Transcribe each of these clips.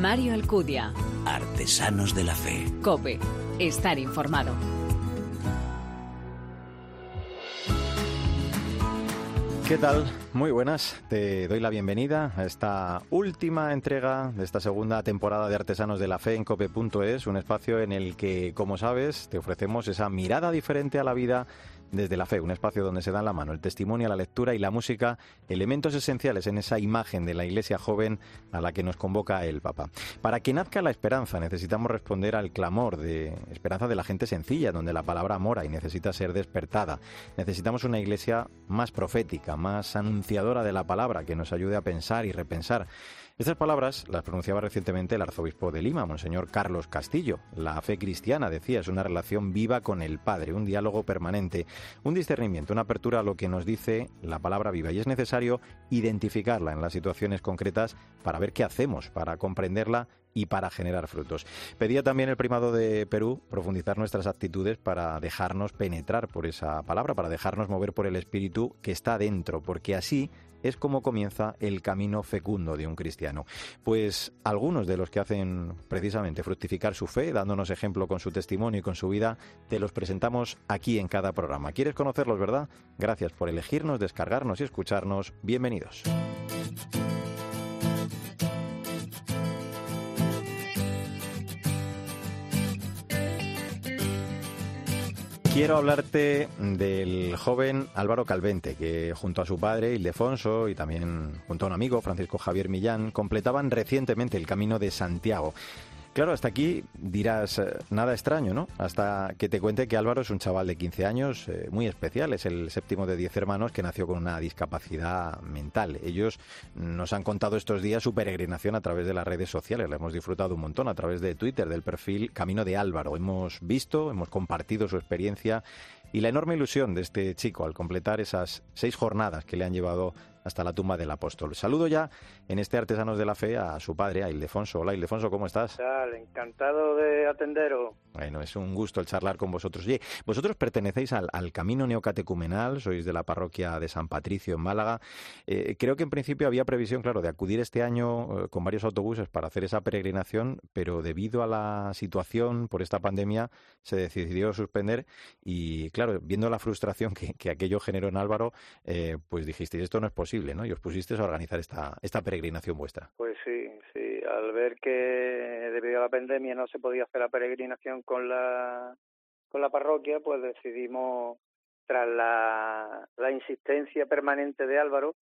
Mario Alcudia. Artesanos de la Fe. COPE. Estar informado. ¿Qué tal? Muy buenas. Te doy la bienvenida a esta última entrega de esta segunda temporada de Artesanos de la Fe en cope.es, un espacio en el que, como sabes, te ofrecemos esa mirada diferente a la vida desde la fe, un espacio donde se dan la mano el testimonio, la lectura y la música, elementos esenciales en esa imagen de la Iglesia joven a la que nos convoca el Papa. Para que nazca la esperanza necesitamos responder al clamor de esperanza de la gente sencilla, donde la palabra mora y necesita ser despertada. Necesitamos una Iglesia más profética, más anunciadora de la palabra, que nos ayude a pensar y repensar. Estas palabras las pronunciaba recientemente el arzobispo de Lima, Monseñor Carlos Castillo. La fe cristiana, decía, es una relación viva con el Padre, un diálogo permanente, un discernimiento, una apertura a lo que nos dice la palabra viva. Y es necesario identificarla en las situaciones concretas para ver qué hacemos, para comprenderla y para generar frutos. Pedía también el primado de Perú profundizar nuestras actitudes para dejarnos penetrar por esa palabra, para dejarnos mover por el Espíritu que está dentro, porque así es como comienza el camino fecundo de un cristiano. Pues algunos de los que hacen precisamente fructificar su fe, dándonos ejemplo con su testimonio y con su vida, te los presentamos aquí en cada programa. ¿Quieres conocerlos, verdad? Gracias por elegirnos, descargarnos y escucharnos. Bienvenidos. Quiero hablarte del joven Álvaro Calvente, que junto a su padre Ildefonso y también junto a un amigo, Francisco Javier Millán, completaban recientemente el Camino de Santiago. Claro, hasta aquí dirás nada extraño, ¿no? Hasta que te cuente que Álvaro es un chaval de 15 años muy especial, es el séptimo de 10 hermanos que nació con una discapacidad mental. Ellos nos han contado estos días su peregrinación a través de las redes sociales, la hemos disfrutado un montón a través de Twitter, del perfil Camino de Álvaro. Hemos visto, hemos compartido su experiencia y la enorme ilusión de este chico al completar esas 6 jornadas que le han llevado hasta la tumba del apóstol. Saludo ya en este Artesanos de la Fe a su padre, a Ildefonso. Hola, Ildefonso, ¿cómo estás? Encantado de atenderos. Bueno, es un gusto el charlar con vosotros. Oye, vosotros pertenecéis al Camino Neocatecumenal, sois de la parroquia de San Patricio en Málaga. Creo que en principio había previsión, claro, de acudir este año con varios autobuses para hacer esa peregrinación, pero debido a la situación por esta pandemia se decidió suspender y, claro, viendo la frustración que aquello generó en Álvaro, pues dijisteis, esto no es posible, ¿no? Y os pusisteis a organizar esta peregrinación vuestra. Pues sí, al ver que debido a la pandemia no se podía hacer la peregrinación con la parroquia, pues decidimos, tras la insistencia permanente de Álvaro,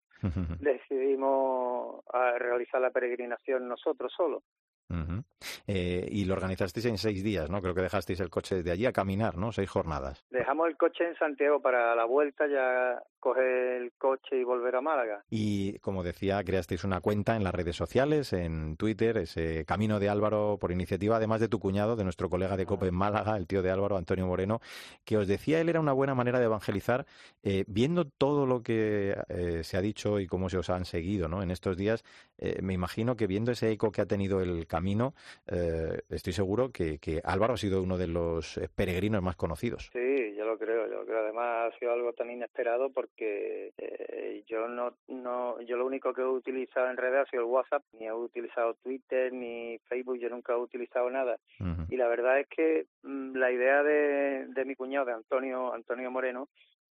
decidimos realizar la peregrinación nosotros solos. Uh-huh. Y lo organizasteis en 6 días, ¿no? Creo que dejasteis el coche desde allí a caminar, ¿no? 6 jornadas. Dejamos el coche en Santiago para la vuelta, ya coger el coche y volver a Málaga. Y, como decía, creasteis una cuenta en las redes sociales, en Twitter, ese Camino de Álvaro, por iniciativa, además de tu cuñado, de nuestro colega de COPE en Málaga, el tío de Álvaro, Antonio Moreno, que os decía él era una buena manera de evangelizar, viendo todo lo que se ha dicho y cómo se os han seguido, ¿no? En estos días, me imagino que viendo ese eco que ha tenido el camino, estoy seguro que Álvaro ha sido uno de los peregrinos más conocidos. Sí, yo lo creo. Además ha sido algo tan inesperado porque yo lo único que he utilizado en redes ha sido el WhatsApp, ni he utilizado Twitter ni Facebook, yo nunca he utilizado nada. Uh-huh. Y la verdad es que la idea de mi cuñado, de Antonio Moreno,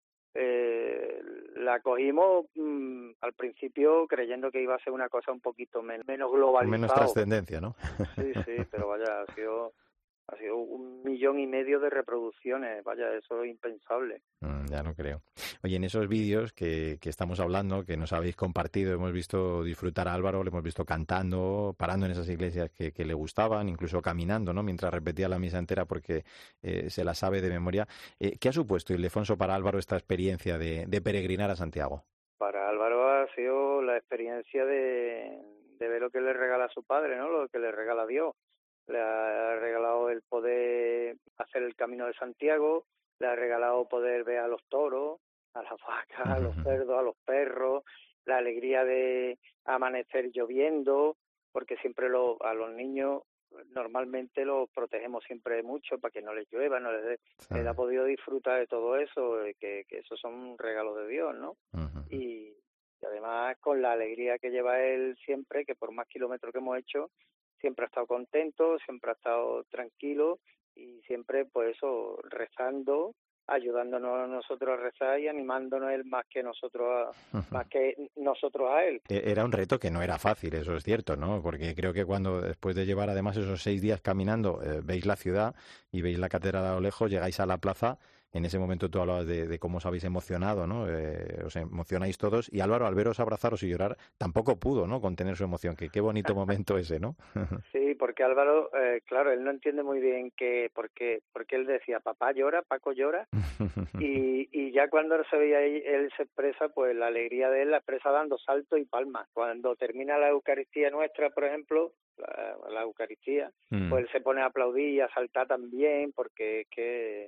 la cogimos al principio creyendo que iba a ser una cosa un poquito menos globalizada. Menos trascendencia, ¿no? Sí, pero vaya, ha sido 1,5 millones de reproducciones, vaya, eso es impensable. Ya no creo. Oye, en esos vídeos que estamos hablando, que nos habéis compartido, hemos visto disfrutar a Álvaro, le hemos visto cantando, parando en esas iglesias que le gustaban, incluso caminando, ¿no? Mientras repetía la misa entera porque se la sabe de memoria. ¿Qué ha supuesto, Ildefonso, para Álvaro esta experiencia de peregrinar a Santiago? Para Álvaro ha sido la experiencia de ver lo que le regala a su padre, ¿no? Lo que le regala a Dios. Le ha regalado el poder hacer el Camino de Santiago, le ha regalado poder ver a los toros, a las vacas, a los cerdos, a los perros, la alegría de amanecer lloviendo, porque siempre a los niños normalmente los protegemos siempre mucho para que no les llueva, no les dé. Él ha podido disfrutar de todo eso, que esos son regalos de Dios, ¿no? Uh-huh. Y además con la alegría que lleva él siempre, que por más kilómetros que hemos hecho, siempre ha estado contento, siempre ha estado tranquilo y siempre, pues eso, rezando, ayudándonos a nosotros a rezar y animándonos él más que nosotros a él. Era un reto que no era fácil, eso es cierto, ¿no? Porque creo que cuando, después de llevar además esos 6 días caminando, veis la ciudad y veis la catedral a lo lejos, llegáis a la plaza. En ese momento tú hablabas de cómo os habéis emocionado, ¿no? Os emocionáis todos. Y Álvaro, al veros abrazaros y llorar, tampoco pudo, ¿no?, contener su emoción. Que qué bonito momento ese, ¿no? Sí, porque Álvaro, claro, él no entiende muy bien porque él decía, papá llora, Paco llora. Y ya cuando se veía ahí, él se expresa, pues la alegría de él la expresa dando saltos y palmas. Cuando termina la Eucaristía nuestra, por ejemplo, la Eucaristía, pues él se pone a aplaudir y a saltar también, porque es que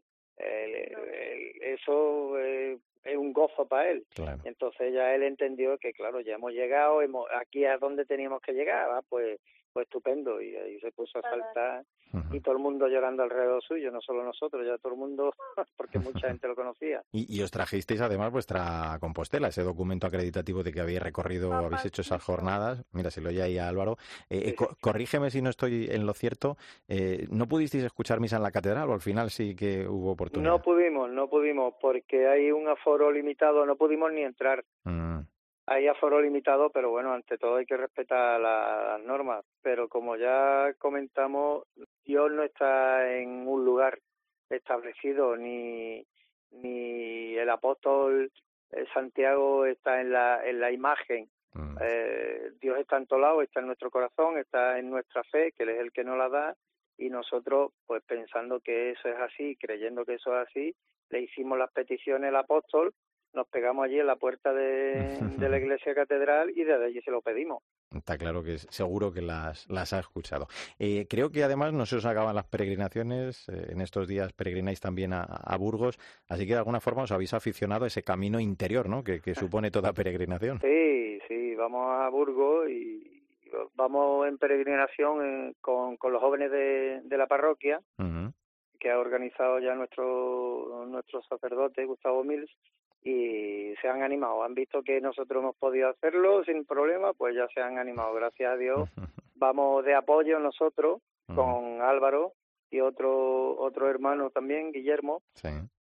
eso es un gozo para él. Claro. Entonces ya él entendió que, claro, ya hemos llegado, aquí a donde teníamos que llegar, pues estupendo, y ahí se puso a saltar y todo el mundo llorando alrededor suyo, no solo nosotros, ya todo el mundo, porque mucha gente lo conocía. Y os trajisteis además vuestra Compostela, ese documento acreditativo de que habéis recorrido, habéis hecho esas jornadas. Mira, se lo oye ahí a Álvaro. Corrígeme si no estoy en lo cierto, ¿no pudisteis escuchar misa en la catedral o al final sí que hubo oportunidad? No pudimos, porque hay un aforo limitado, no pudimos ni entrar. Hay aforo limitado, pero bueno, ante todo hay que respetar las normas. Pero como ya comentamos, Dios no está en un lugar establecido, ni el apóstol Santiago está en la imagen. Dios está en todos lados, está en nuestro corazón, está en nuestra fe, que Él es el que nos la da, y nosotros, pues pensando que eso es así, creyendo que eso es así, le hicimos las peticiones al apóstol, nos pegamos allí en la puerta de la iglesia catedral y desde allí se lo pedimos. Está claro que seguro que las ha escuchado. Creo que además no se os acaban las peregrinaciones, en estos días peregrináis también a Burgos, así que de alguna forma os habéis aficionado a ese camino interior, ¿no?, que supone toda peregrinación. Sí, vamos a Burgos y vamos en peregrinación con los jóvenes de la parroquia, que ha organizado ya nuestro sacerdote Gustavo Mills, y se han animado, han visto que nosotros hemos podido hacerlo sin problema, pues ya se han animado, gracias a Dios. Vamos de apoyo nosotros con Álvaro y otro hermano también, Guillermo, sí,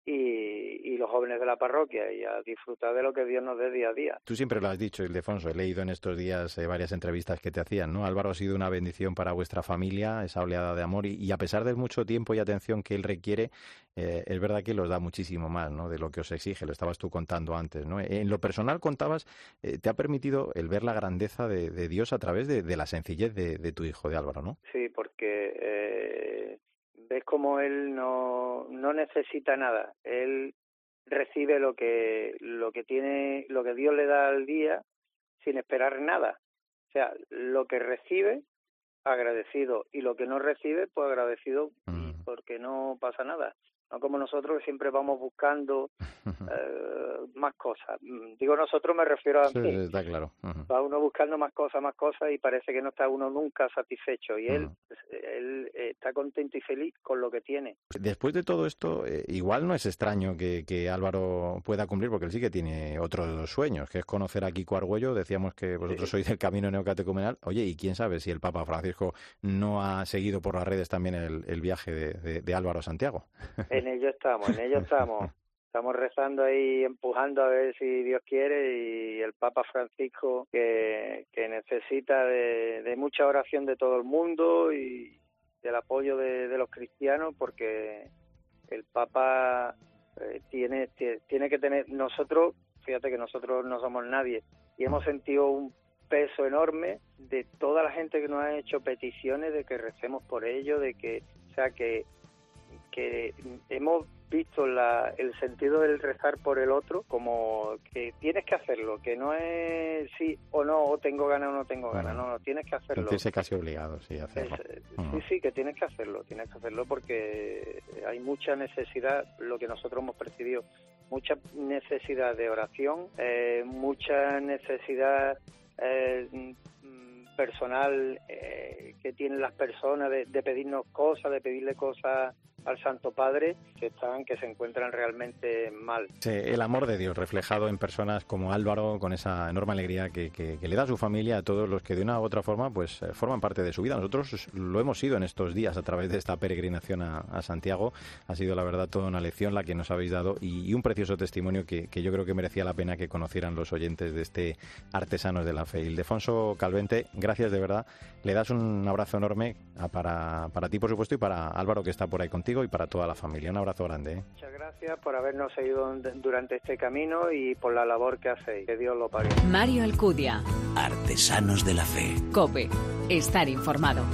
y los jóvenes de la parroquia, y a disfrutar de lo que Dios nos dé día a día. Tú siempre lo has dicho, Ildefonso, he leído en estos días varias entrevistas que te hacían, ¿no? Álvaro ha sido una bendición para vuestra familia, esa oleada de amor, y a pesar del mucho tiempo y atención que él requiere, es verdad que los da muchísimo más, ¿no?, de lo que os exige, lo estabas tú contando antes, ¿no? En lo personal contabas, te ha permitido el ver la grandeza de Dios a través de la sencillez de tu hijo, de Álvaro, ¿no? Sí, porque ves como él no necesita nada, él recibe lo que tiene, lo que Dios le da al día sin esperar nada. O sea, lo que recibe, agradecido, y lo que no recibe, pues agradecido, porque no pasa nada. No como nosotros, que siempre vamos buscando más cosas. Digo nosotros, me refiero a mí. Sí, está claro. Va uno buscando más cosas, y parece que no está uno nunca satisfecho. Y él está contento y feliz con lo que tiene. Después de todo esto, igual no es extraño que Álvaro pueda cumplir, porque él sí que tiene otros sueños, que es conocer a Kiko Argüello. Decíamos que vosotros sois del camino neocatecumenal. Oye, y quién sabe si el Papa Francisco no ha seguido por las redes también el viaje de Álvaro a Santiago. En ello estamos. Estamos rezando ahí, empujando a ver si Dios quiere, y el Papa Francisco, que necesita de mucha oración de todo el mundo y del apoyo de los cristianos, porque el Papa tiene que tener... Nosotros, fíjate que nosotros no somos nadie, y hemos sentido un peso enorme de toda la gente que nos ha hecho peticiones de que recemos por ello, de que, o sea, que hemos visto el sentido del rezar por el otro como que tienes que hacerlo, que no es sí o no, o tengo ganas o no tengo ganas, no, tienes que hacerlo. Sentirse casi obligado, sí, a hacerlo. Sí, que tienes que hacerlo porque hay mucha necesidad, lo que nosotros hemos percibido, mucha necesidad de oración, mucha necesidad personal que tienen las personas de pedirnos cosas, de pedirle cosas al Santo Padre, que se encuentran realmente mal. Sí, el amor de Dios reflejado en personas como Álvaro, con esa enorme alegría que le da a su familia, a todos los que de una u otra forma pues forman parte de su vida. Nosotros lo hemos sido en estos días a través de esta peregrinación a Santiago. Ha sido la verdad toda una lección la que nos habéis dado y un precioso testimonio que yo creo que merecía la pena que conocieran los oyentes de este Artesanos de la Fe. Ildefonso Calvente, gracias de verdad. Le das un abrazo enorme para ti, por supuesto, y para Álvaro, que está por ahí contigo, y para toda la familia. Un abrazo grande. Muchas gracias por habernos seguido durante este camino y por la labor que hacéis. Que Dios lo pague. Mario Alcudia. Artesanos de la Fe. COPE. Estar informado.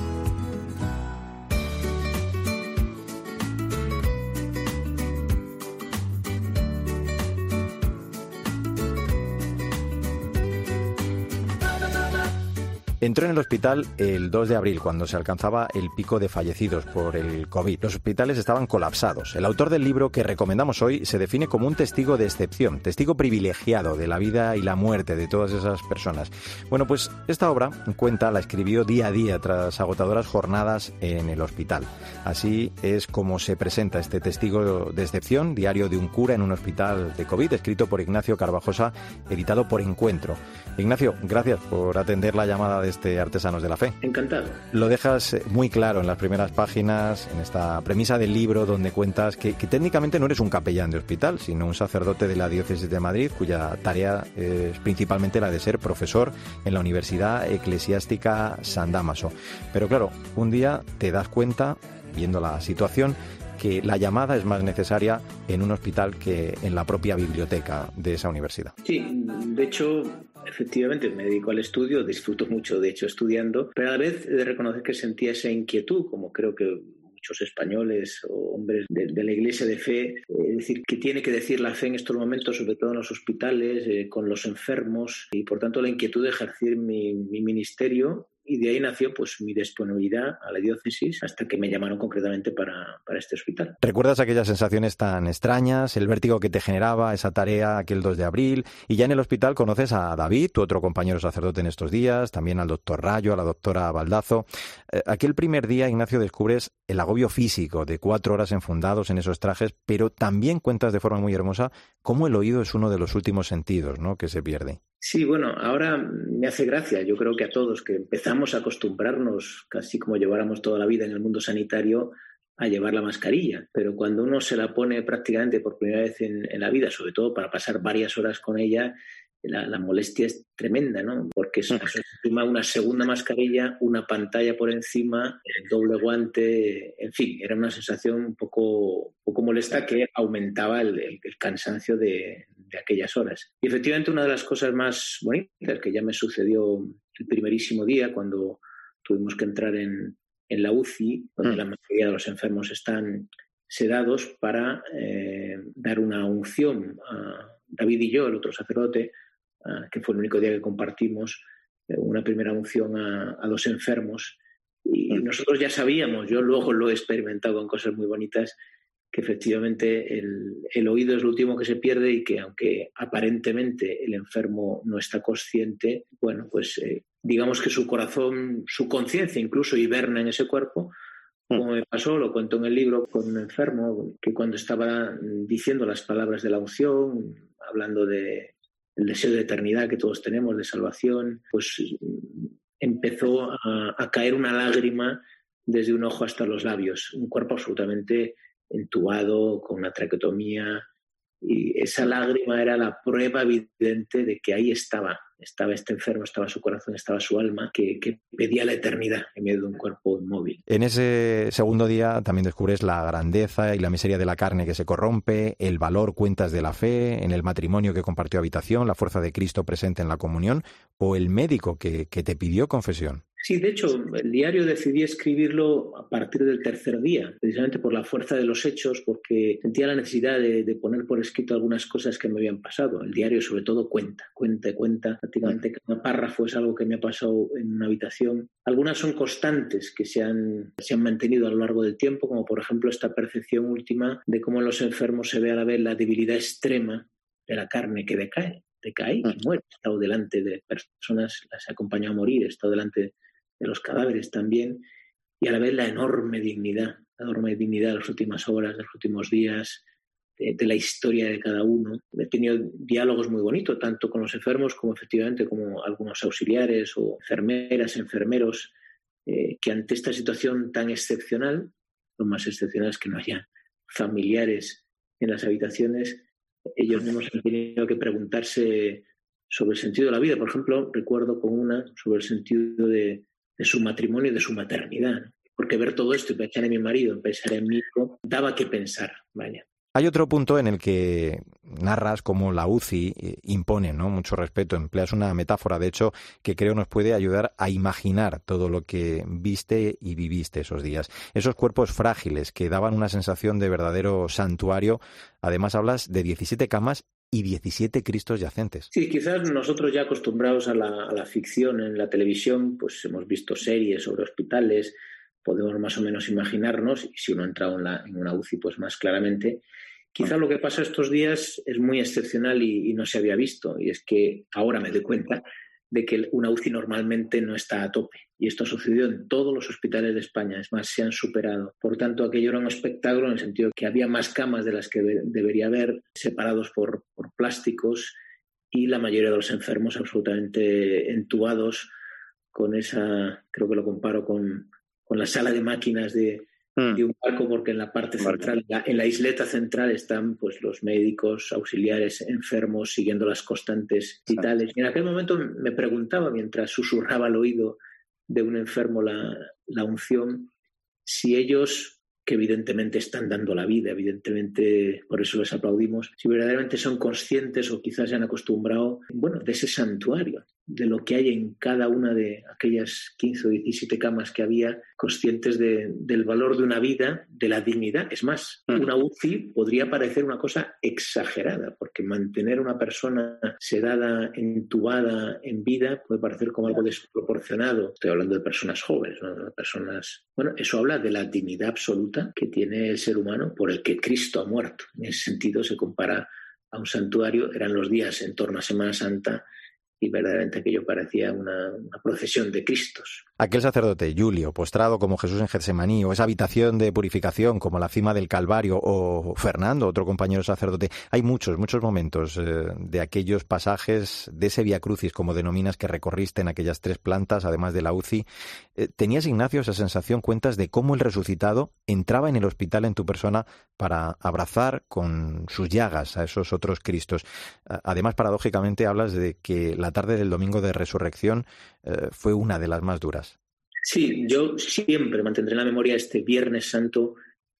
Entró en el hospital el 2 de abril, cuando se alcanzaba el pico de fallecidos por el COVID. Los hospitales estaban colapsados. El autor del libro que recomendamos hoy se define como un testigo de excepción, testigo privilegiado de la vida y la muerte de todas esas personas. Bueno, pues esta obra la escribió día a día tras agotadoras jornadas en el hospital. Así es como se presenta este testigo de excepción, diario de un cura en un hospital de COVID, escrito por Ignacio Carvajosa, editado por Encuentro. Ignacio, gracias por atender la llamada de este Artesanos de la Fe. Encantado. Lo dejas muy claro en las primeras páginas, en esta premisa del libro, donde cuentas que técnicamente no eres un capellán de hospital, sino un sacerdote de la Diócesis de Madrid, cuya tarea es principalmente la de ser profesor en la Universidad Eclesiástica San Dámaso. Pero claro, un día te das cuenta, viendo la situación, que la llamada es más necesaria en un hospital que en la propia biblioteca de esa universidad. Sí, de hecho, efectivamente me dedico al estudio, disfruto mucho de hecho estudiando, pero a la vez he de reconocer que sentía esa inquietud, como creo que muchos españoles o hombres de la Iglesia de fe, es decir, que tiene que decir la fe en estos momentos, sobre todo en los hospitales, con los enfermos, y por tanto la inquietud de ejercer mi ministerio. Y de ahí nació pues mi disponibilidad a la diócesis hasta que me llamaron concretamente para este hospital. ¿Recuerdas aquellas sensaciones tan extrañas, el vértigo que te generaba esa tarea aquel 2 de abril? Y ya en el hospital conoces a David, tu otro compañero sacerdote en estos días, también al doctor Rayo, a la doctora Baldazo. Aquel primer día, Ignacio, descubres el agobio físico de 4 horas enfundados en esos trajes, pero también cuentas de forma muy hermosa cómo el oído es uno de los últimos sentidos, ¿no?, que se pierde. Sí, bueno, ahora me hace gracia, yo creo que a todos, que empezamos a acostumbrarnos, casi como lleváramos toda la vida en el mundo sanitario, a llevar la mascarilla. Pero cuando uno se la pone prácticamente por primera vez en la vida, sobre todo para pasar varias horas con ella, la molestia es tremenda, ¿no? Porque eso encima una segunda mascarilla, una pantalla por encima, el doble guante, en fin, era una sensación un poco molesta que aumentaba el cansancio de aquellas horas. Y efectivamente una de las cosas más bonitas que ya me sucedió el primerísimo día, cuando tuvimos que entrar en la UCI, donde la mayoría de los enfermos están sedados, para dar una unción a David y yo, el otro sacerdote, que fue el único día que compartimos, una primera unción a los enfermos. Y nosotros ya sabíamos, yo luego lo he experimentado con cosas muy bonitas, que efectivamente el oído es lo último que se pierde y que aunque aparentemente el enfermo no está consciente, bueno, pues digamos que su corazón, su conciencia incluso hiberna en ese cuerpo. Como me pasó, lo cuento en el libro, con un enfermo que cuando estaba diciendo las palabras de la unción, hablando del deseo de eternidad que todos tenemos, de salvación, pues empezó a caer una lágrima desde un ojo hasta los labios, un cuerpo absolutamente entubado, con una traqueotomía, y esa lágrima era la prueba evidente de que ahí estaba este enfermo, estaba su corazón, estaba su alma, que pedía la eternidad en medio de un cuerpo inmóvil. En ese segundo día también descubres la grandeza y la miseria de la carne que se corrompe, el valor, cuentas de la fe, en el matrimonio que compartió habitación, la fuerza de Cristo presente en la comunión, o el médico que te pidió confesión. Sí, de hecho, el diario decidí escribirlo a partir del tercer día, precisamente por la fuerza de los hechos, porque sentía la necesidad de poner por escrito algunas cosas que me habían pasado. El diario, sobre todo, cuenta. Prácticamente cada párrafo es algo que me ha pasado en una habitación. Algunas son constantes que se han mantenido a lo largo del tiempo, como por ejemplo esta percepción última de cómo en los enfermos se ve a la vez la debilidad extrema de la carne que decae y muere. He estado delante de personas, las he acompañado a morir, he estado delante de los cadáveres también, y a la vez la enorme dignidad enorme dignidad de las últimas horas, de los últimos días, de la historia de cada uno. He tenido diálogos muy bonitos, tanto con los enfermos como efectivamente como algunos auxiliares o enfermeras, enfermeros, que ante esta situación tan excepcional, lo más excepcional es que no haya familiares en las habitaciones, ellos mismos han tenido que preguntarse sobre el sentido de la vida. Por ejemplo, recuerdo con una sobre el sentido de su matrimonio y de su maternidad, ¿no? Porque ver todo esto y pensar en mi marido, pensar en mi hijo, daba que pensar, vaya. Hay otro punto en el que narras cómo la UCI impone, ¿no?, mucho respeto. Empleas una metáfora, de hecho, que creo nos puede ayudar a imaginar todo lo que viste y viviste esos días. Esos cuerpos frágiles que daban una sensación de verdadero santuario. Además, hablas de 17 camas y 17 Cristos yacentes. Sí, quizás nosotros ya acostumbrados a la ficción en la televisión, pues hemos visto series sobre hospitales, podemos más o menos imaginarnos, y si uno ha entrado en una UCI, pues más claramente. Quizá lo que pasa estos días es muy excepcional y no se había visto, y es que ahora me doy cuenta de que una UCI normalmente no está a tope, y esto sucedió en todos los hospitales de España, es más, se han superado. Por tanto, aquello era un espectáculo en el sentido que había más camas de las que debería haber, separados por plásticos, y la mayoría de los enfermos absolutamente entubados con esa, creo que lo comparo con la sala de máquinas de un barco, porque en la parte central, en la isleta central, están pues los médicos, auxiliares, enfermos, siguiendo las constantes vitales. Y en aquel momento me preguntaba, mientras susurraba al oído de un enfermo la unción, si ellos, que evidentemente están dando la vida, evidentemente por eso les aplaudimos, si verdaderamente son conscientes o quizás se han acostumbrado, bueno, de ese santuario, de lo que hay en cada una de aquellas 15 o 17 camas que había, conscientes del valor de una vida, de la dignidad. Es más, una UCI podría parecer una cosa exagerada, porque mantener a una persona sedada, entubada, en vida, puede parecer como algo desproporcionado. Estoy hablando de personas jóvenes, ¿no? De personas... Bueno, eso habla de la dignidad absoluta que tiene el ser humano por el que Cristo ha muerto. En ese sentido se compara a un santuario. Eran los días en torno a Semana Santa, y verdaderamente aquello parecía una procesión de Cristos. Aquel sacerdote, Julio, postrado como Jesús en Getsemaní, o esa habitación de purificación como la cima del Calvario, o Fernando, otro compañero sacerdote. Hay muchos momentos de aquellos pasajes, de ese Vía Crucis, como denominas, que recorriste en aquellas 3 plantas, además de la UCI. ¿Tenías, Ignacio, esa sensación? Cuentas de cómo el resucitado entraba en el hospital en tu persona para abrazar con sus llagas a esos otros Cristos. Además, paradójicamente, hablas de que la tarde del domingo de resurrección fue una de las más duras. Sí, yo siempre mantendré en la memoria este Viernes Santo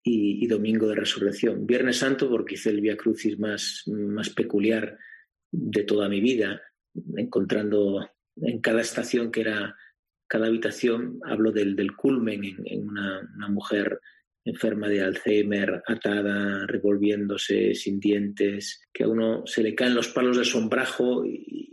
y Domingo de Resurrección. Viernes Santo porque hice el Vía Crucis más peculiar de toda mi vida, encontrando en cada estación que era cada habitación, hablo del culmen en una mujer enferma de Alzheimer, atada, revolviéndose, sin dientes, que a uno se le caen los palos de sombrajo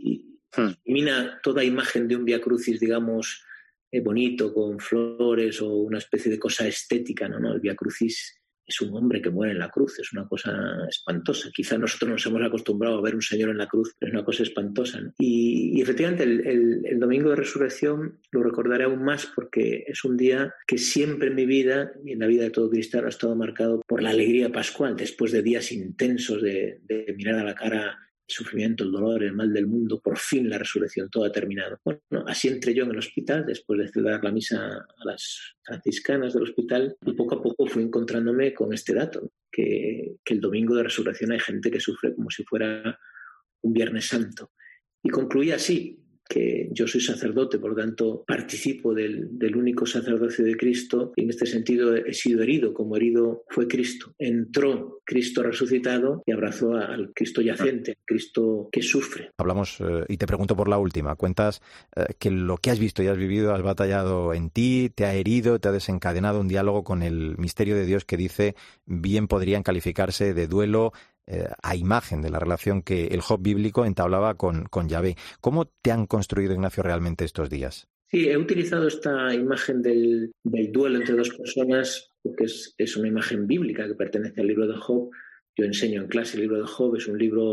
y elimina toda imagen de un Vía Crucis, digamos, bonito, con flores o una especie de cosa estética, ¿no? El Vía Crucis es un hombre que muere en la cruz, es una cosa espantosa. Quizá nosotros nos hemos acostumbrado a ver un señor en la cruz, pero es una cosa espantosa, ¿no? Y efectivamente el Domingo de Resurrección lo recordaré aún más porque es un día que siempre en mi vida y en la vida de todo cristiano ha estado marcado por la alegría pascual, después de días intensos de mirar a la cara el sufrimiento, el dolor, el mal del mundo. Por fin la resurrección, todo ha terminado. Bueno, así entré yo en el hospital después de celebrar la misa a las franciscanas del hospital, y poco a poco fui encontrándome con este dato, ¿no? Que el domingo de resurrección hay gente que sufre como si fuera un Viernes Santo. Y concluí así, que yo soy sacerdote, por lo tanto participo del único sacerdocio de Cristo, y en este sentido he sido herido, como herido fue Cristo. Entró Cristo resucitado y abrazó al Cristo yacente, al Cristo que sufre. Hablamos, y te pregunto por la última, cuentas que lo que has visto y has vivido has batallado en ti, te ha herido, te ha desencadenado un diálogo con el misterio de Dios que dice, bien podrían calificarse de duelo a imagen de la relación que el Job bíblico entablaba con Yahvé. ¿Cómo te han construido, Ignacio, realmente estos días? Sí, he utilizado esta imagen del duelo entre dos personas porque es una imagen bíblica que pertenece al libro de Job. Yo enseño en clase el libro de Job, es un libro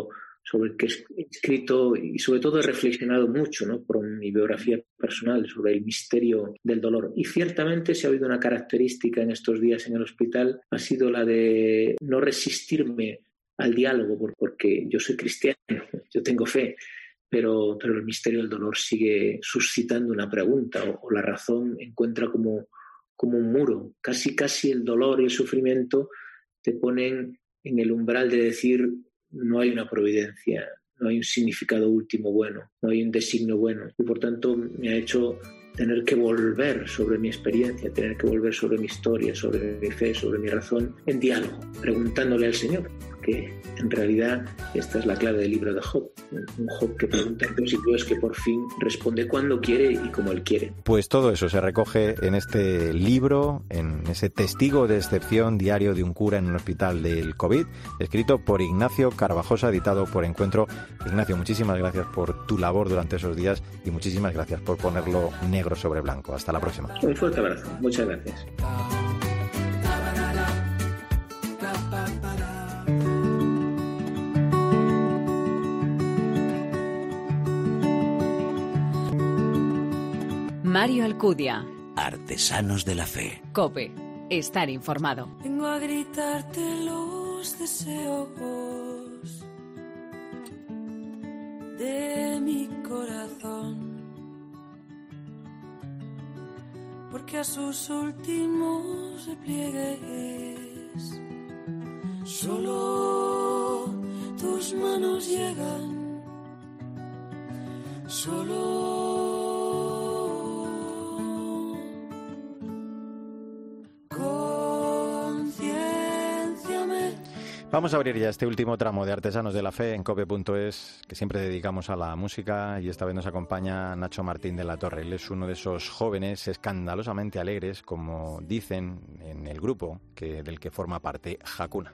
sobre el que he escrito y sobre todo he reflexionado mucho, ¿no?, por mi biografía personal sobre el misterio del dolor. Y ciertamente si ha habido una característica en estos días en el hospital ha sido la de no resistirme al diálogo, porque yo soy cristiano, yo tengo fe, pero el misterio del dolor sigue suscitando una pregunta o la razón encuentra como un muro. Casi el dolor y el sufrimiento te ponen en el umbral de decir no hay una providencia, no hay un significado último bueno, no hay un designio bueno. Y por tanto me ha hecho tener que volver sobre mi experiencia, tener que volver sobre mi historia, sobre mi fe, sobre mi razón, en diálogo, preguntándole al Señor, que en realidad esta es la clave del libro de Job. Un Job que pregunta a Dios y Dios que por fin responde cuando quiere y como Él quiere. Pues todo eso se recoge en este libro, en ese testigo de excepción diario de un cura en un hospital del COVID, escrito por Ignacio Carvajosa, editado por Encuentro. Ignacio, muchísimas gracias por tu labor durante esos días y muchísimas gracias por ponerlo negro sobre blanco. Hasta la próxima. Un fuerte abrazo. Muchas gracias. Mario Alcudia. Artesanos de la Fe. COPE. Estar informado. Vengo a gritarte los deseos de mi corazón, porque a sus últimos repliegues solo tus manos llegan, solo Vamos a abrir ya este último tramo de Artesanos de la Fe en cope.es, que siempre dedicamos a la música, y esta vez nos acompaña Nacho Martín de la Torre. Él es uno de esos jóvenes escandalosamente alegres, como dicen en el grupo del que forma parte Hakuna.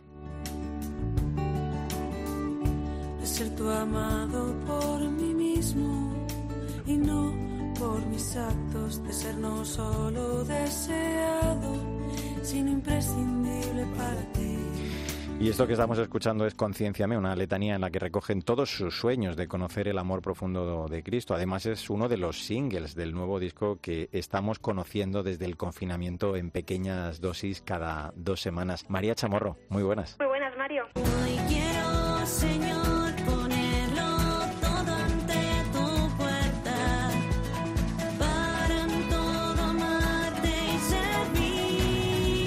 De ser tu amado por mí mismo y no por mis actos, de ser no solo deseado, sino imprescindible para ti. Y esto que estamos escuchando es Concienciame, una letanía en la que recogen todos sus sueños de conocer el amor profundo de Cristo. Además es uno de los singles del nuevo disco que estamos conociendo desde el confinamiento en pequeñas dosis cada 2 semanas. María Chamorro, muy buenas. Muy buenas, Mario. Hoy quiero, Señor, ponerlo todo ante tu puerta, para en todo amarte y servir.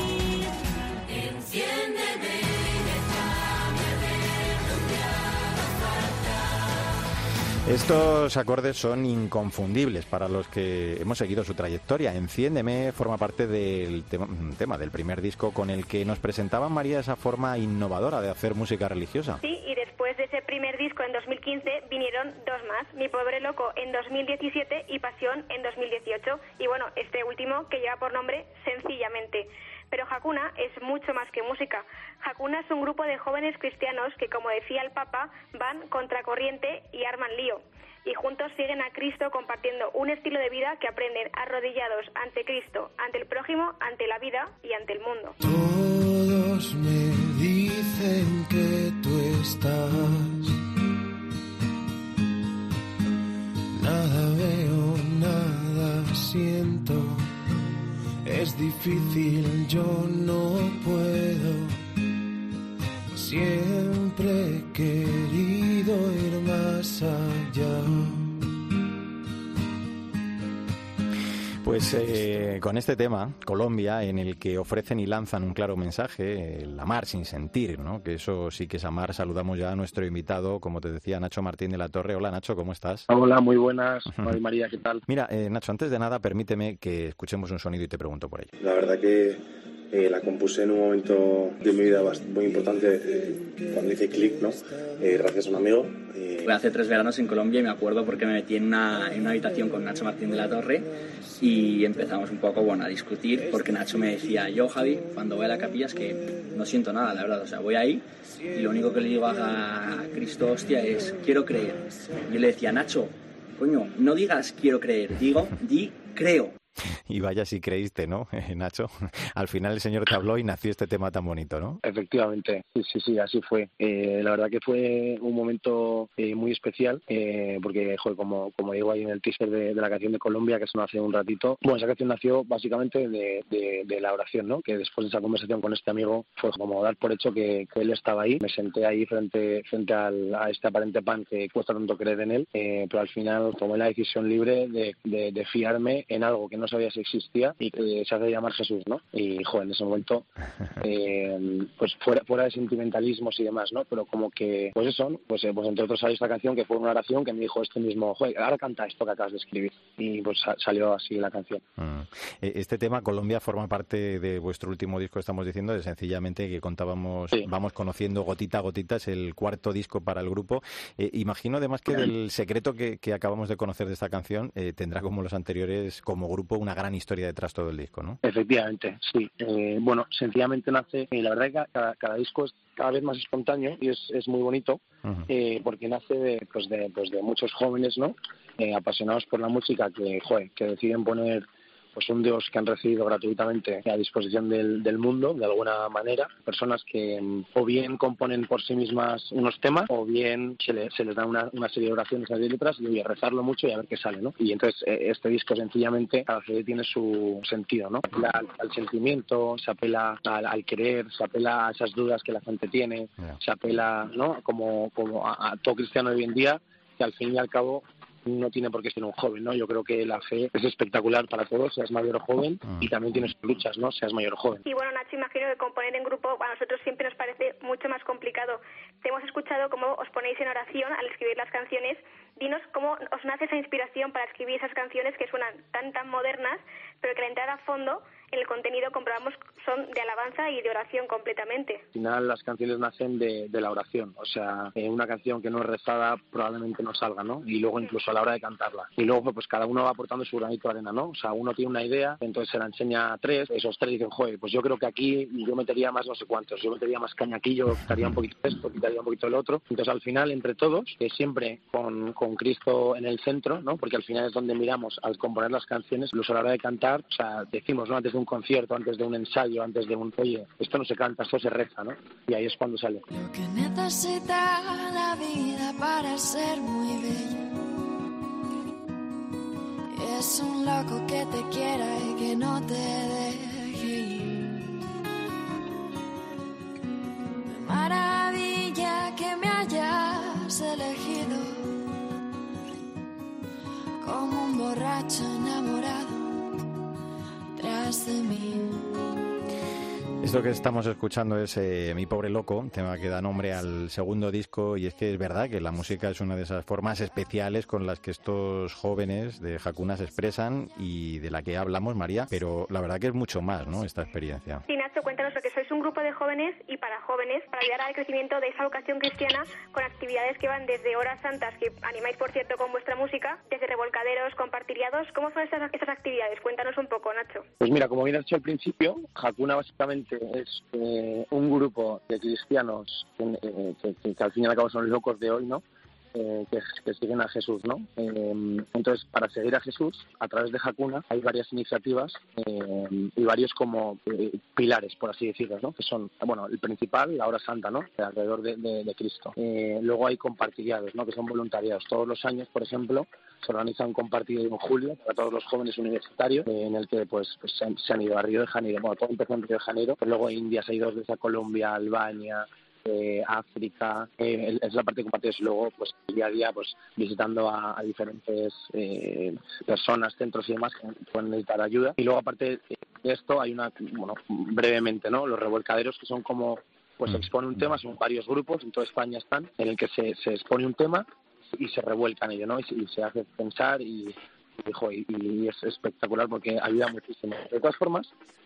Enciéndeme, déjame ver donde haga falta. Estos acordes son inconfundibles para los que hemos seguido su trayectoria. Enciéndeme forma parte del tema del primer disco con el que nos presentaba María esa forma innovadora de hacer música religiosa. Sí, y después de ese primer disco en 2015 vinieron 2 más, Mi Pobre Loco en 2017 y Pasión en 2018. Y bueno, este último que lleva por nombre Sencillamente. Pero Hakuna es mucho más que música. Hakuna es un grupo de jóvenes cristianos que, como decía el Papa, van contracorriente y arman lío. Y juntos siguen a Cristo compartiendo un estilo de vida que aprenden arrodillados ante Cristo, ante el prójimo, ante la vida y ante el mundo. Todos me dicen que tú estás. Nada veo, nada siento. Es difícil, yo no puedo. Siempre he querido ir más allá. Pues con este tema, Colombia, en el que ofrecen y lanzan un claro mensaje, el amar sin sentir, ¿no? Que eso sí que es amar. Saludamos ya a nuestro invitado, como te decía, Nacho Martín de la Torre. Hola, Nacho, ¿cómo estás? Hola, muy buenas. María, ¿qué tal? Mira, Nacho, antes de nada, permíteme que escuchemos un sonido y te pregunto por ello. La verdad que la compuse en un momento de mi vida muy importante, cuando hice clic, ¿no? Gracias a un amigo. Fue hace 3 veranos en Colombia y me acuerdo porque me metí en una habitación con Nacho Martín de la Torre y empezamos un poco a discutir, porque Nacho me decía: yo, Javi, cuando voy a la capilla es que no siento nada, la verdad, o sea, voy ahí y lo único que le digo a Cristo, hostia, es quiero creer. Yo le decía: Nacho, coño, no digas quiero creer, di creo. Y vaya si creíste, ¿no, Nacho? Al final el Señor te habló y nació este tema tan bonito, ¿no? Efectivamente, sí, así fue. La verdad que fue un momento muy especial, porque, joder, como digo ahí en el teaser de la canción de Colombia, que sonó hace un ratito, bueno, esa canción nació básicamente de la oración, ¿no? Que después de esa conversación con este amigo fue como dar por hecho que él estaba ahí. Me senté ahí frente a este aparente pan que cuesta tanto creer en él, pero al final tomé la decisión libre de fiarme en algo que no sabía si existía y que se hace llamar Jesús, ¿no? Y, joder, en ese momento, pues fuera de sentimentalismos y demás, ¿no? Pero como que, pues eso, ¿no? Pues entre otros salió esta canción que fue una oración que me dijo este mismo, joder, ahora canta esto que acabas de escribir. Y pues salió así la canción. Este tema, Colombia, forma parte de vuestro último disco, estamos diciendo, de sencillamente que contábamos, sí. Vamos conociendo gotita a gotita, es el cuarto disco para el grupo. Imagino además que el secreto que acabamos de conocer de esta canción tendrá, como los anteriores, como grupo, una gran historia detrás todo el disco, ¿no? Efectivamente, sí. Bueno, sencillamente nace, la verdad que cada disco es cada vez más espontáneo y es muy bonito, porque nace de muchos jóvenes, ¿no? Apasionados por la música que deciden poner pues un Dios que han recibido gratuitamente a disposición del mundo, de alguna manera. Personas que o bien componen por sí mismas unos temas, o bien se les da una serie de oraciones, de letras, y rezarlo mucho y a ver qué sale, ¿no? Y entonces este disco sencillamente, cada CD tiene su sentido, ¿no? Apela al sentimiento, se apela al querer, se apela a esas dudas que la gente tiene, se apela, ¿no? Como a todo cristiano de hoy en día, que al fin y al cabo no tiene por qué ser un joven, ¿no? Yo creo que la fe es espectacular para todos, seas mayor o joven, y también tiene sus luchas, ¿no? Seas mayor o joven. Y bueno, Nacho, imagino que componer en grupo a nosotros siempre nos parece mucho más complicado. Te hemos escuchado cómo os ponéis en oración al escribir las canciones. Dinos cómo os nace esa inspiración para escribir esas canciones que suenan tan modernas, pero que al entrar a fondo en el contenido comprobamos son de alabanza y de oración completamente. Al final las canciones nacen de la oración, o sea, una canción que no es rezada probablemente no salga, ¿no? Y luego incluso a la hora de cantarla. Y luego pues cada uno va aportando su granito de arena, ¿no? O sea, uno tiene una idea, entonces se la enseña a tres, esos tres dicen, joder, pues yo creo que aquí yo metería más no sé cuántos, yo metería más caña aquí, yo quitaría un poquito esto, quitaría un poquito el otro. Entonces al final entre todos, siempre con Cristo en el centro, ¿no? Porque al final es donde miramos al componer las canciones, incluso a la hora de cantar, o sea, decimos, ¿no? Antes de un concierto, antes de un ensayo, antes de un, oye, esto no se canta, esto se reza, ¿no? Y ahí es cuando sale. Lo que necesita la vida para ser muy bello es un loco que te quiera y que no te deje ir. Me maravilla que me hayas elegido como un borracho enamorado tras de mí. Esto que estamos escuchando es Mi Pobre Loco, tema que da nombre al segundo disco, y es que es verdad que la música es una de esas formas especiales con las que estos jóvenes de Hakuna se expresan y de la que hablamos, María, pero la verdad que es mucho más, ¿no?, esta experiencia. Sí, Nacho, cuéntanos, lo que sois un grupo de jóvenes y para jóvenes, para ayudar al crecimiento de esa vocación cristiana con actividades que van desde horas santas, que animáis, por cierto, con vuestra música, desde revolcaderos, compartiriados. ¿Cómo son estas actividades? Cuéntanos un poco, Nacho. Pues mira, como bien has dicho al principio, Hakuna básicamente es un grupo de cristianos que al fin y al cabo son locos de hoy, ¿no? Que siguen a Jesús, ¿no? Entonces, para seguir a Jesús, a través de Hakuna, hay varias iniciativas y varios como pilares, por así decirlo, ¿no? Que son, bueno, el principal, la hora santa, ¿no? Alrededor de Cristo. Luego hay compartiriados, ¿no? Que son voluntariados. Todos los años, por ejemplo, se organiza un compartido en julio para todos los jóvenes universitarios, en el que pues se han ido a Río de Janeiro. Bueno, todo empezó en Río de Janeiro, pero luego a India se ha ido desde Colombia, Albania, África, es la parte de compartidos, y luego pues día a día pues visitando a diferentes personas, centros y demás que pueden necesitar ayuda. Y luego aparte de esto hay bueno, brevemente, ¿no? Los revolcaderos, que son como, pues se expone un tema, son varios grupos, en toda España están, en el que se expone un tema y se revuelcan ello, ¿no? Y se hace pensar y es espectacular porque ayuda muchísimo. De todas formas,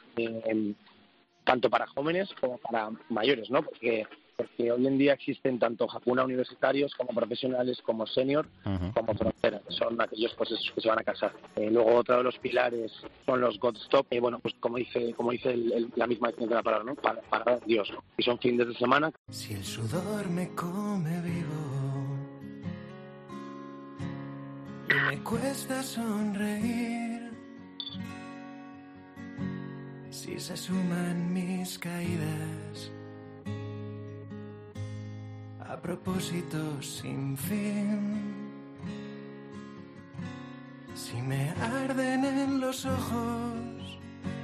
tanto para jóvenes como para mayores, ¿no? Porque hoy en día existen tanto Hakuna universitarios como profesionales, como senior, como frontera, que son aquellos pues esos que se van a casar. Luego otro de los pilares son los God Stop, bueno, pues como dice la misma definición de la palabra, ¿no? Para Dios, ¿no? Y son fines de semana. Si el sudor me come vivo y me cuesta sonreír, si se suman mis caídas, a propósito sin fin, si me arden en los ojos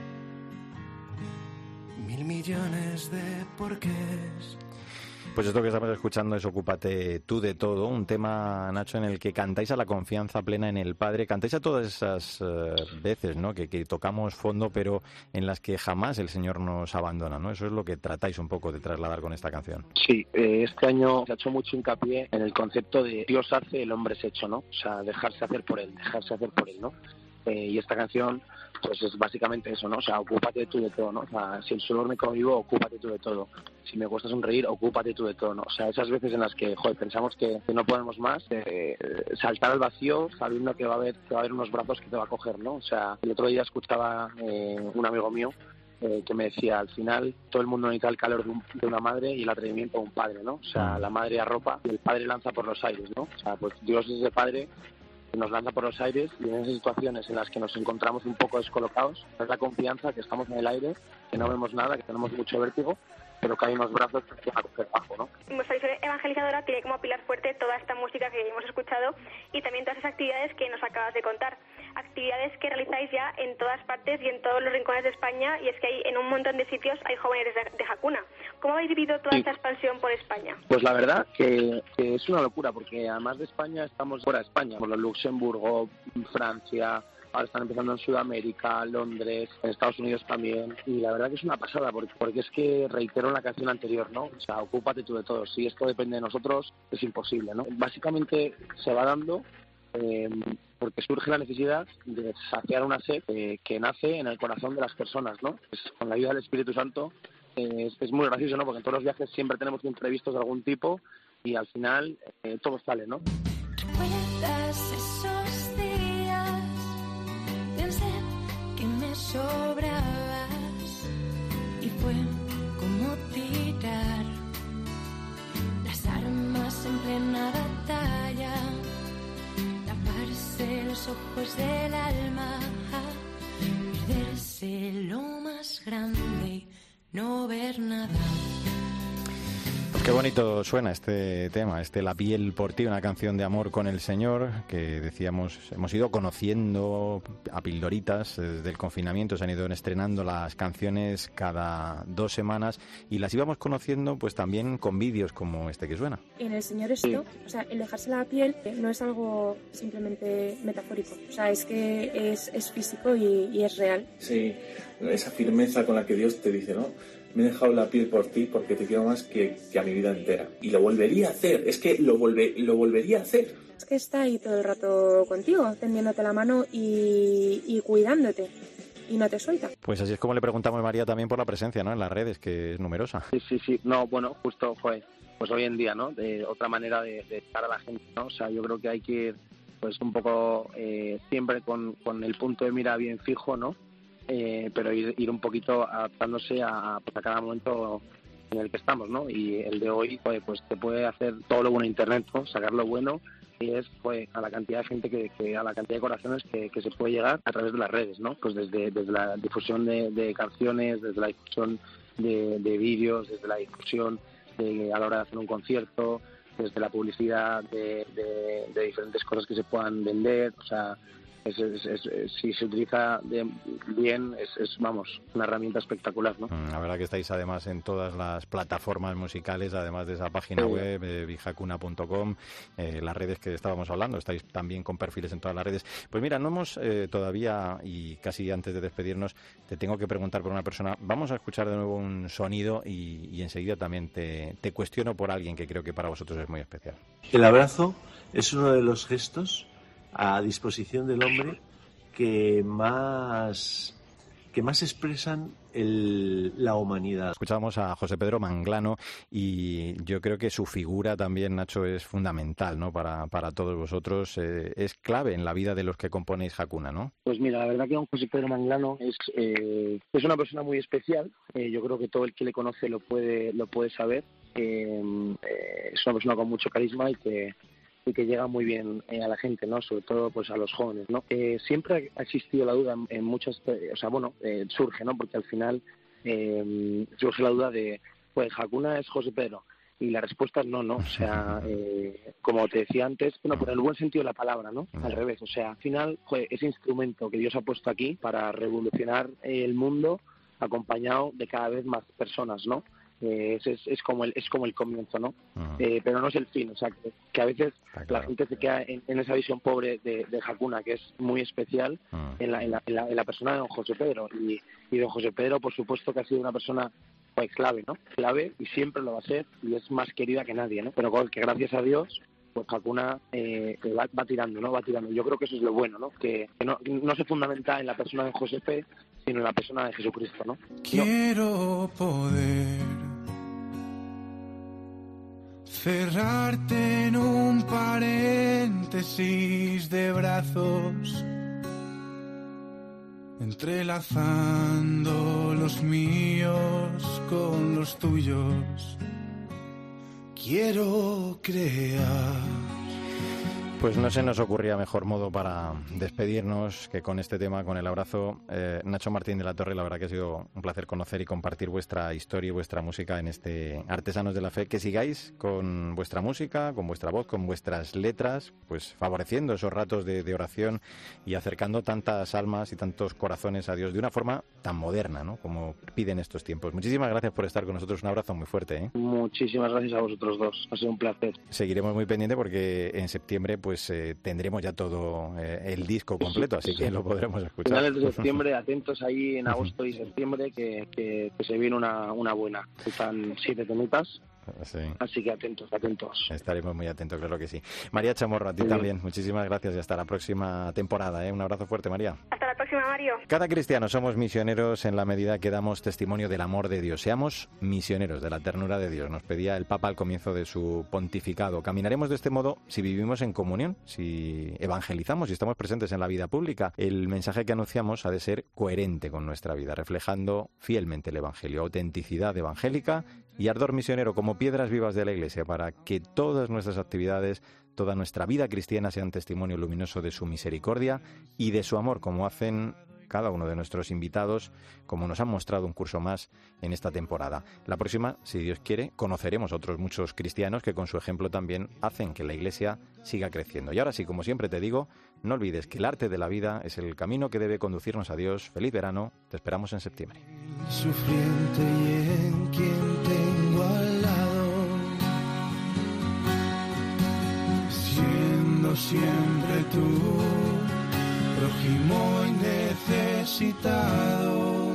1.000 millones de porqués. Pues esto que estamos escuchando es Ocúpate tú de todo, un tema, Nacho, en el que cantáis a la confianza plena en el Padre, cantáis a todas esas veces, ¿no?, que tocamos fondo, pero en las que jamás el Señor nos abandona, ¿no? Eso es lo que tratáis un poco de trasladar con esta canción. Sí, este año se ha hecho mucho hincapié en el concepto de Dios hace, el hombre es hecho, ¿no? O sea, dejarse hacer por él, ¿no? Y esta canción, pues es básicamente eso, ¿no? O sea, ocúpate tú de todo, ¿no? O sea, si el sol duerme conmigo, ocúpate tú de todo. Si me cuesta sonreír, ocúpate tú de todo, ¿no? O sea, esas veces en las que, pensamos que no podemos más, saltar al vacío sabiendo que va a haber unos brazos que te va a coger, ¿no? O sea, el otro día escuchaba un amigo mío que me decía, al final todo el mundo necesita el calor de una madre y el atrevimiento de un padre, ¿no? O sea, la madre arropa y el padre lanza por los aires, ¿no? O sea, pues Dios es ese padre que nos lanza por los aires, y en esas situaciones en las que nos encontramos un poco descolocados, es la confianza que estamos en el aire, que no vemos nada, que tenemos mucho vértigo, pero que hay unos brazos que van a coger bajo, ¿no? Vuestra visión evangelizadora tiene como pilar fuerte toda esta música que hemos escuchado y también todas esas actividades que nos acabas de contar. Actividades que realizáis ya en todas partes y en todos los rincones de España, y es que hay en un montón de sitios hay jóvenes de Hakuna. ¿Cómo habéis vivido toda esta expansión por España? Pues la verdad que es una locura, porque además de España estamos fuera de España, por Luxemburgo, Francia, ahora están empezando en Sudamérica, Londres, en Estados Unidos también, y la verdad que es una pasada, porque es que reitero la canción anterior, ¿no? O sea, ocúpate tú de todo. Si esto depende de nosotros, es imposible, ¿no? Básicamente se va dando porque surge la necesidad de saciar una sed que nace en el corazón de las personas, ¿no? Pues con la ayuda del Espíritu Santo es muy gracioso, ¿no? Porque en todos los viajes siempre tenemos imprevistos de algún tipo y al final todo sale, ¿no? ¿Recuerdas esos días? Pensé que me sobrabas y fue como tirar las armas en plena batalla, taparse los ojos del alma, perderse lo más grande y no ver nada. Qué bonito suena este tema, La piel por ti, una canción de amor con el Señor, que decíamos, hemos ido conociendo a pildoritas desde el confinamiento, se han ido estrenando las canciones cada 2 semanas y las íbamos conociendo pues también con vídeos como este que suena. En el Señor esto, o sea, el dejarse la piel no es algo simplemente metafórico, o sea, es que es físico y es real. Sí, esa firmeza con la que Dios te dice, ¿no? Me he dejado la piel por ti porque te quiero más que a mi vida entera. Y lo volvería a hacer, es que lo volvería a hacer. Es que está ahí todo el rato contigo, tendiéndote la mano y cuidándote. Y no te suelta. Pues así es como le preguntamos, María, también por la presencia, ¿no?, en las redes, que es numerosa. Sí. No, bueno, justo, pues hoy en día, ¿no? De otra manera de estar a la gente, ¿no? O sea, yo creo que hay que ir, pues un poco siempre con el punto de mira bien fijo, ¿no? Pero ir un poquito adaptándose a cada momento en el que estamos, ¿no? Y el de hoy, pues te puede hacer todo lo bueno Internet, ¿no? Sacar lo bueno, y es a la cantidad de gente que a la cantidad de corazones que se puede llegar a través de las redes, ¿no? Pues desde la difusión de canciones, desde la difusión de vídeos, desde la difusión a la hora de hacer un concierto, desde la publicidad de diferentes cosas que se puedan vender, o sea, si se utiliza bien, vamos, una herramienta espectacular, ¿no? La verdad que estáis además en todas las plataformas musicales, además de esa página web, bighakuna.com, las redes que estábamos hablando, estáis también con perfiles en todas las redes. Pues mira, no hemos todavía, y casi antes de despedirnos, te tengo que preguntar por una persona. Vamos a escuchar de nuevo un sonido y enseguida también te cuestiono por alguien que creo que para vosotros es muy especial. El abrazo es uno de los gestos a disposición del hombre que más expresan la humanidad. Escuchábamos a José Pedro Manglano y yo creo que su figura también, Nacho, es fundamental, ¿no? Para todos vosotros, es clave en la vida de los que componéis Hakuna, ¿no? Pues mira, la verdad que don José Pedro Manglano es una persona muy especial. Yo creo que todo el que le conoce lo puede saber. Es una persona con mucho carisma y que y que llega muy bien a la gente, ¿no? Sobre todo pues a los jóvenes, ¿no? Siempre ha existido la duda en muchas, surge, ¿no? Porque al final surge la duda de, pues Hakuna es José Pedro, y la respuesta es no, o sea, como te decía antes, bueno, por el buen sentido de la palabra, ¿no? Al revés, o sea, al final, ese instrumento que Dios ha puesto aquí para revolucionar el mundo, acompañado de cada vez más personas, ¿no? Es como el comienzo, ¿no? Pero no es el fin, o sea, que a veces la gente se queda en esa visión pobre de Hakuna, que es muy especial en la persona de don José Pedro, y don José Pedro, por supuesto, que ha sido una persona pues clave, ¿no? Clave, y siempre lo va a ser, y es más querida que nadie, ¿no? Pero que gracias a Dios, pues Hakuna va tirando, ¿no? Va tirando. Yo creo que eso es lo bueno, ¿no? Que no se fundamenta en la persona de José P, sino en la persona de Jesucristo, ¿no? Quiero poder cerrarte en un paréntesis de brazos, entrelazando los míos con los tuyos. Quiero crear. Pues no se nos ocurría mejor modo para despedirnos que con este tema, con el abrazo. Nacho Martín de la Torre, la verdad que ha sido un placer conocer y compartir vuestra historia y vuestra música en este Artesanos de la Fe. Que sigáis con vuestra música, con vuestra voz, con vuestras letras, pues favoreciendo esos ratos de oración y acercando tantas almas y tantos corazones a Dios de una forma tan moderna, ¿no? Como piden estos tiempos. Muchísimas gracias por estar con nosotros. Un abrazo muy fuerte, ¿eh? Muchísimas gracias a vosotros dos. Ha sido un placer. Seguiremos muy pendientes porque en septiembre pues tendremos ya todo el disco completo, así que lo podremos escuchar. Finales de septiembre, atentos ahí en agosto y septiembre, que se viene una buena. Están 7 temitas. Sí. Así que atentos. Estaremos muy atentos, claro que sí. María Chamorro, a ti también. Muchísimas gracias y hasta la próxima temporada, ¿eh? Un abrazo fuerte, María. Hasta la próxima, Mario. Cada cristiano somos misioneros en la medida que damos testimonio del amor de Dios. Seamos misioneros de la ternura de Dios. Nos pedía el Papa al comienzo de su pontificado. Caminaremos de este modo si vivimos en comunión, si evangelizamos, si estamos presentes en la vida pública. El mensaje que anunciamos ha de ser coherente con nuestra vida, reflejando fielmente el Evangelio, autenticidad evangélica y ardor misionero como piedras vivas de la Iglesia, para que todas nuestras actividades, toda nuestra vida cristiana sean testimonio luminoso de su misericordia y de su amor, como hacen cada uno de nuestros invitados, como nos han mostrado un curso más en esta temporada. La próxima, si Dios quiere, conoceremos a otros muchos cristianos que con su ejemplo también hacen que la Iglesia siga creciendo. Y ahora sí, como siempre te digo, no olvides que el arte de la vida es el camino que debe conducirnos a Dios. Feliz verano, te esperamos en septiembre. Sufriente y en quien tengo al lado, siendo siempre tú, prójimo y necesitado.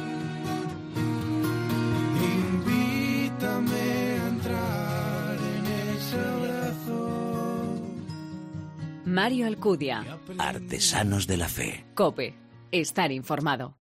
Invítame a entrar en ese abrazo. Mario Alcudia. Artesanos de la Fe. COPE. Estar informado.